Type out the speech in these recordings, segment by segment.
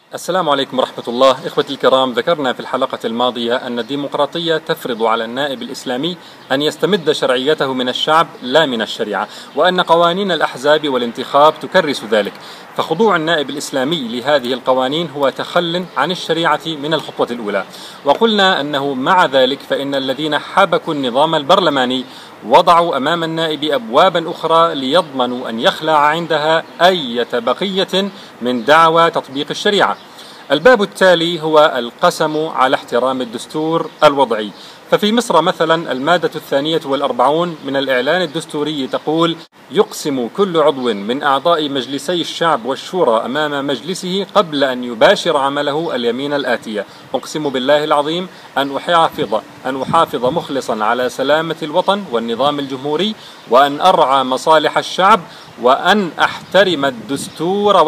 السلام عليكم ورحمة الله. إخوتي الكرام، ذكرنا في الحلقة الماضية أن الديمقراطية تفرض على النائب الإسلامي أن يستمد شرعيته من الشعب لا من الشريعة، وأن قوانين الأحزاب والانتخاب تكرس ذلك، فخضوع النائب الإسلامي لهذه القوانين هو تخل عن الشريعة من الخطوة الأولى. وقلنا أنه مع ذلك فإن الذين حبكوا النظام البرلماني وضعوا أمام النائب أبوابا أخرى ليضمنوا أن يخلع عندها أي بقية من دعوى تطبيق الشريعة. الباب التالي هو القسم على احترام الدستور الوضعي. ففي مصر مثلا المادة 42 من الإعلان الدستوري تقول: يقسم كل عضو من أعضاء مجلسي الشعب والشورى أمام مجلسه قبل أن يباشر عمله اليمين الآتية: أقسم بالله العظيم أن أحافظ مخلصا على سلامة الوطن والنظام الجمهوري، وأن أرعى مصالح الشعب، وأن أحترم الدستور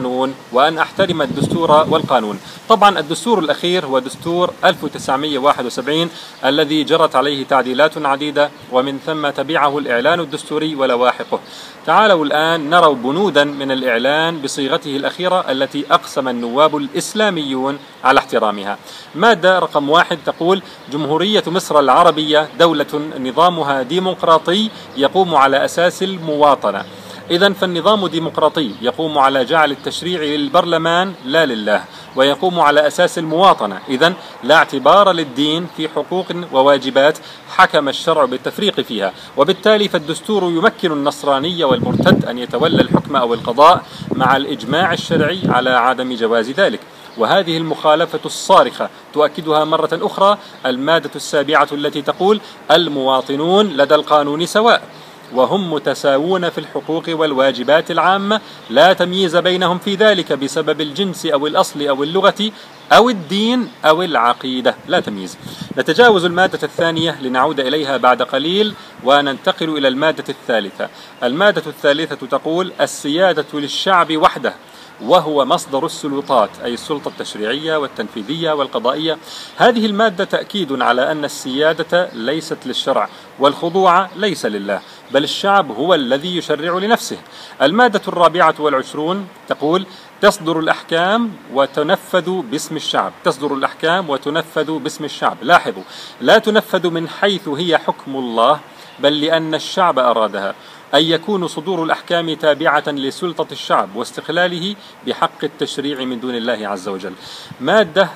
والقانون. طبعا الدستور الأخير هو دستور 1971 الذي جرت عليه تعديلات عديدة، ومن ثم تبعه الإعلان الدستوري ولواحقه. تعالوا الآن نرى بنودا من الإعلان بصيغته الأخيرة التي أقسم النواب الإسلاميون على احترامها. مادة رقم 1 تقول: جمهورية مصر العربية دولة نظامها ديمقراطي يقوم على أساس المواطنة. إذن فالنظام ديمقراطي يقوم على جعل التشريع للبرلمان لا لله، ويقوم على أساس المواطنة. إذن لا اعتبار للدين في حقوق وواجبات حكم الشرع بالتفريق فيها، وبالتالي فالدستور يمكن النصراني والمرتد أن يتولى الحكم أو القضاء مع الإجماع الشرعي على عدم جواز ذلك. وهذه المخالفة الصارخة تؤكدها مرة أخرى المادة 7 التي تقول: المواطنون لدى القانون سواء، وهم متساوون في الحقوق والواجبات العامة، لا تمييز بينهم في ذلك بسبب الجنس أو الأصل أو اللغة أو الدين أو العقيدة، لا تمييز. نتجاوز المادة 2 لنعود إليها بعد قليل وننتقل إلى المادة 3. المادة 3 تقول: السيادة للشعب وحده، وهو مصدر السلطات، أي السلطة التشريعية والتنفيذية والقضائية. هذه المادة تأكيد على أن السيادة ليست للشرع، والخضوع ليس لله، بل الشعب هو الذي يشرع لنفسه. المادة 24 تقول: تصدر الأحكام وتنفذ باسم الشعب. لاحظوا، لا تنفذ من حيث هي حكم الله، بل لأن الشعب أرادها، أن يكون صدور الأحكام تابعة لسلطة الشعب واستقلاله بحق التشريع من دون الله عز وجل. مادة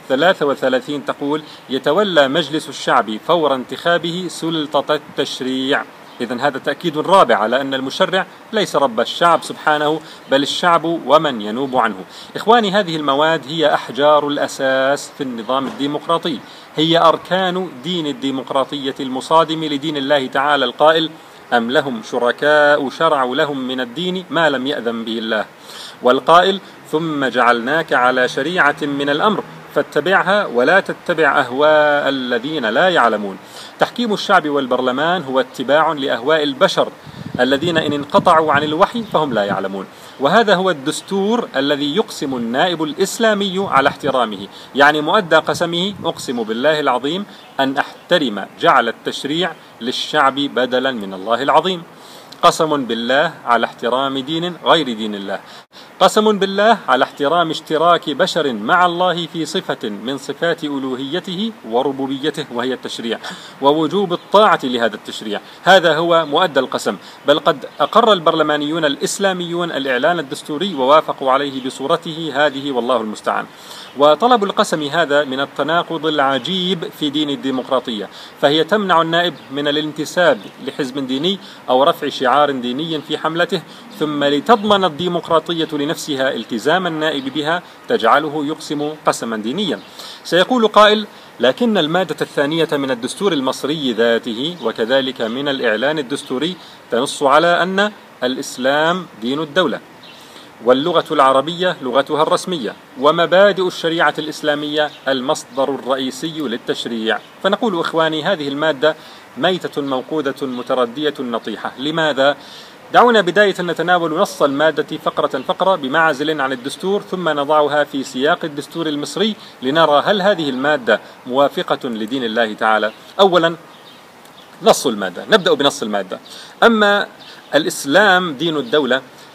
33 تقول: يتولى مجلس الشعب فور انتخابه سلطة التشريع. إذن هذا تأكيد رابع على أن المشرع ليس رب الشعب سبحانه، بل الشعب ومن ينوب عنه. إخواني، هذه المواد هي أحجار الأساس في النظام الديمقراطي، هي أركان دين الديمقراطية المصادم لدين الله تعالى القائل: أم لهم شركاء شرعوا لهم من الدين ما لم يأذن به الله، والقائل: ثم جعلناك على شريعة من الأمر فاتبعها ولا تتبع أهواء الذين لا يعلمون. تحكيم الشعب والبرلمان هو اتباع لأهواء البشر الذين إن انقطعوا عن الوحي فهم لا يعلمون. وهذا هو الدستور الذي يقسم النائب الإسلامي على احترامه، يعني مؤدى قسمه: أقسم بالله العظيم أن أحترم جعل التشريع للشعب بدلا من الله العظيم. قسم بالله على احترام دين غير دين الله، قسم بالله على احترام اشتراك بشر مع الله في صفة من صفات ألوهيته وربوبيته وهي التشريع، ووجوب الطاعة لهذا التشريع. هذا هو مؤدى القسم. بل قد أقر البرلمانيون الإسلاميون الإعلان الدستوري ووافقوا عليه بصورته هذه، والله المستعان. وطلب القسم هذا من التناقض العجيب في دين الديمقراطية، فهي تمنع النائب من الانتساب لحزب ديني أو رفع شعار ديني في حملته، ثم لتضمن الديمقراطية لنفسها التزام النائب بها تجعله يقسم قسما دينيا. سيقول قائل: لكن المادة 2 من الدستور المصري ذاته وكذلك من الإعلان الدستوري تنص على أن الإسلام دين الدولة، واللغة العربية لغتها الرسمية، ومبادئ الشريعة الإسلامية المصدر الرئيسي للتشريع. فنقول إخواني، هذه المادة ميتة موقودة متردية نطيحة. لماذا؟ دعونا بداية نتناول نص المادة فقرة بمعزل عن الدستور، ثم نضعها في سياق الدستور المصري لنرى هل هذه المادة موافقة لدين الله تعالى. أولا، نص المادة. نبدأ بنص المادة. أما الإسلام دين الدولة،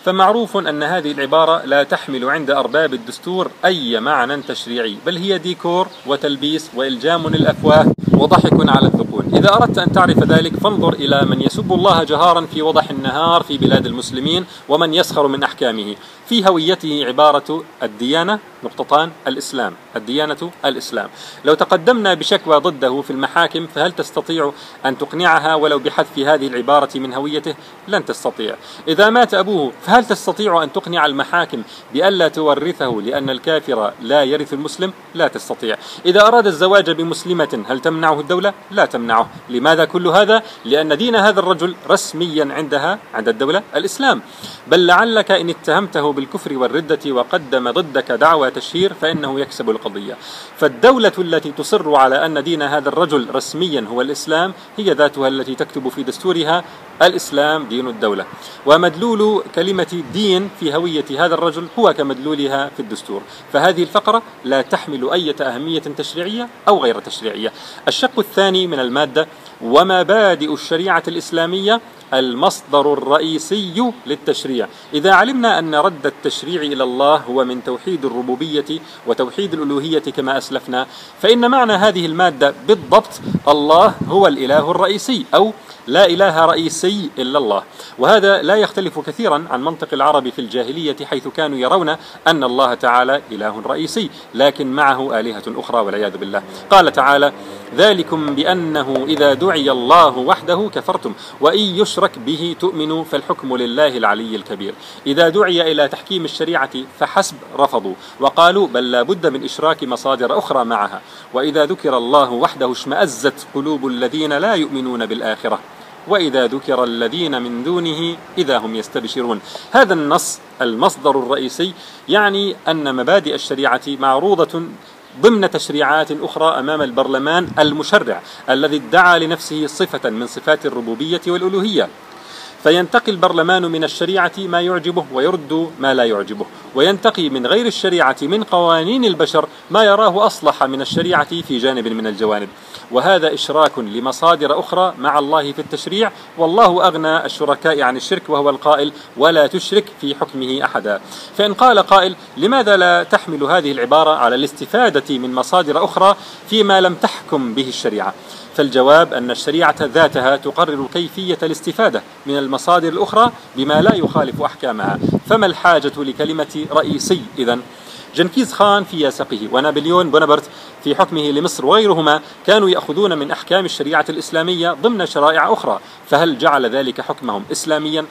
فمعروف أن هذه العبارة لا تحمل عند أرباب الدستور أي معنى تشريعي، بل هي ديكور وتلبيس وإلجام للأفواه وضحك على الذقون. إذا أردت أن تعرف ذلك فانظر إلى من يسب الله جهارا في وضح النهار في بلاد المسلمين، ومن يسخر من أحكامه. في هويته عبارة الديانة نقطتان الإسلام، الديانة الإسلام. لو تقدمنا بشكوى ضده في المحاكم فهل تستطيع أن تقنعها ولو بحذف هذه العبارة من هويته؟ لن تستطيع. إذا مات أبوه فهل تستطيع أن تقنع المحاكم بألا تورثه لأن الكافر لا يرث المسلم؟ لا تستطيع. إذا أراد الزواج بمسلمة هل تمنعه الدولة؟ لا تمنعه. لماذا كل هذا؟ لأن دين هذا الرجل رسميا عند الدولة الإسلام. بل لعلك إن اتهمته بالكفر والردة وقدم ضدك دعوى تشهير فإنه يكسب القضية. فالدولة التي تصر على أن دين هذا الرجل رسميا هو الإسلام هي ذاتها التي تكتب في دستورها الإسلام دين الدولة، ومدلول كلمة دين في هوية هذا الرجل هو كمدلولها في الدستور. فهذه الفقرة لا تحمل أي أهمية تشريعية أو غير تشريعية. الشق الثاني من المادة: ومبادئ الشريعة الإسلامية المصدر الرئيسي للتشريع. إذا علمنا أن رد التشريع إلى الله هو من توحيد الربوبية وتوحيد الألوهية كما أسلفنا، فإن معنى هذه المادة بالضبط الله هو الإله الرئيسي، أو لا إله رئيسي إلا الله. وهذا لا يختلف كثيرا عن منطق العرب في الجاهلية، حيث كانوا يرون أن الله تعالى إله رئيسي لكن معه آلهة أخرى والعياذ بالله. قال تعالى: ذلكم بأنه إذا دعي الله وحده كفرتم وإن يشرك به تؤمنوا فالحكم لله العلي الكبير. إذا دعي إلى تحكيم الشريعة فحسب رفضوا وقالوا بل لا بد من إشراك مصادر أخرى معها. وإذا ذكر الله وحده اشمأزت قلوب الذين لا يؤمنون بالآخرة وإذا ذكر الذين من دونه إذا هم يستبشرون. هذا النص المصدر الرئيسي يعني أن مبادئ الشريعة معروضة ضمن تشريعات أخرى أمام البرلمان المشرع الذي ادعى لنفسه صفة من صفات الربوبية والألوهية، فينتقي البرلمان من الشريعة ما يعجبه ويرد ما لا يعجبه، وينتقي من غير الشريعة من قوانين البشر ما يراه أصلح من الشريعة في جانب من الجوانب. وهذا إشراك لمصادر أخرى مع الله في التشريع، والله أغنى الشركاء عن الشرك وهو القائل: ولا تشرك في حكمه أحدا. فإن قال قائل: لماذا لا تحمل هذه العبارة على الاستفادة من مصادر أخرى فيما لم تحكم به الشريعة؟ فالجواب أن الشريعة ذاتها تقرر كيفية الاستفادة من المصادر الأخرى بما لا يخالف أحكامها، فما الحاجة لكلمة رئيسي إذن؟ جنكيز خان في ياسقه ونابليون بونابرت في حكمه لمصر وغيرهما كانوا يأخذون من أحكام الشريعة الإسلامية ضمن شرائع أخرى، فهل جعل ذلك حكمهم إسلاميا؟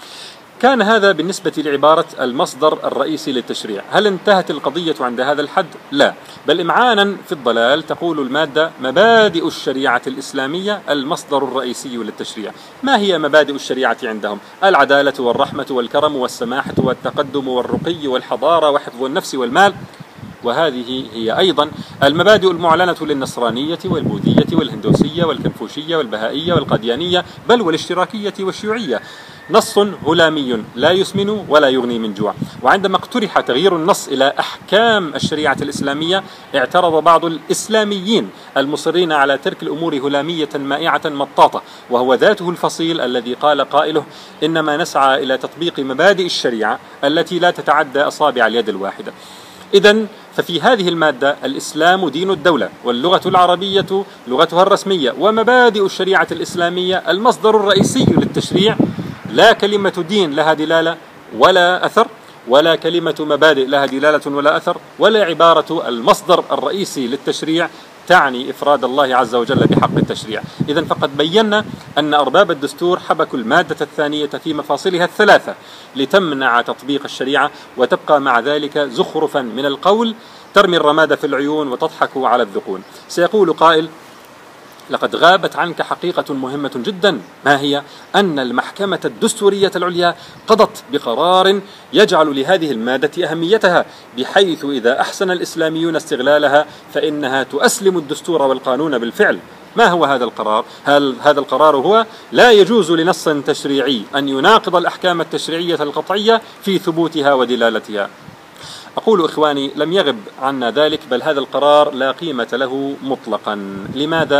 كان هذا بالنسبة لعبارة المصدر الرئيسي للتشريع. هل انتهت القضية عند هذا الحد؟ لا، بل إمعانا في الضلال تقول المادة: مبادئ الشريعة الإسلامية المصدر الرئيسي للتشريع. ما هي مبادئ الشريعة عندهم؟ العدالة والرحمة والكرم والسماحة والتقدم والرقي والحضارة وحفظ النفس والمال. وهذه هي أيضا المبادئ المعلنة للنصرانية والبوذية والهندوسية والكنفوشية والبهائية والقاديانية بل والاشتراكية والشيوعية. نص هلامي لا يسمن ولا يغني من جوع. وعندما اقترح تغيير النص إلى أحكام الشريعة الإسلامية اعترض بعض الإسلاميين المصرين على ترك الأمور هلامية مائعة مطاطة، وهو ذاته الفصيل الذي قال قائله: إنما نسعى إلى تطبيق مبادئ الشريعة التي لا تتعدى أصابع اليد الواحدة. إذن ففي هذه المادة الإسلام دين الدولة، واللغة العربية لغتها الرسمية، ومبادئ الشريعة الإسلامية المصدر الرئيسي للتشريع. لا كلمة دين لها دلالة ولا أثر، ولا كلمة مبادئ لها دلالة ولا أثر، ولا عبارة المصدر الرئيسي للتشريع تعني إفراد الله عز وجل بحق التشريع. إذن فقد بينا أن أرباب الدستور حبكوا المادة الثانية في مفاصلها الثلاثة لتمنع تطبيق الشريعة، وتبقى مع ذلك زخرفا من القول ترمي الرماد في العيون وتضحك على الذقون. سيقول قائل: لقد غابت عنك حقيقة مهمة جدا، ما هي؟ أن المحكمة الدستورية العليا قضت بقرار يجعل لهذه المادة أهميتها، بحيث إذا أحسن الإسلاميون استغلالها فإنها تؤسلم الدستور والقانون بالفعل. ما هو هذا القرار؟ هذا القرار هو: لا يجوز لنص تشريعي أن يناقض الأحكام التشريعية القطعية في ثبوتها ودلالتها. أقول إخواني، لم يغب عنا ذلك، بل هذا القرار لا قيمة له مطلقا. لماذا؟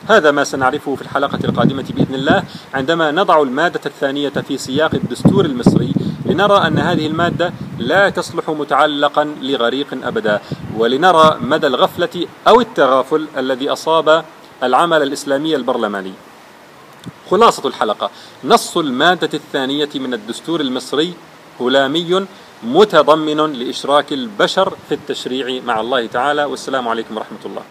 هذا ما سنعرفه في الحلقة القادمة بإذن الله، عندما نضع المادة الثانية في سياق الدستور المصري، لنرى أن هذه المادة لا تصلح متعلقا لغريق أبدا، ولنرى مدى الغفلة أو التغافل الذي أصاب العمل الإسلامي البرلماني. خلاصة الحلقة: نص المادة الثانية من الدستور المصري هلامي متضمن لإشراك البشر في التشريع مع الله تعالى. والسلام عليكم ورحمة الله.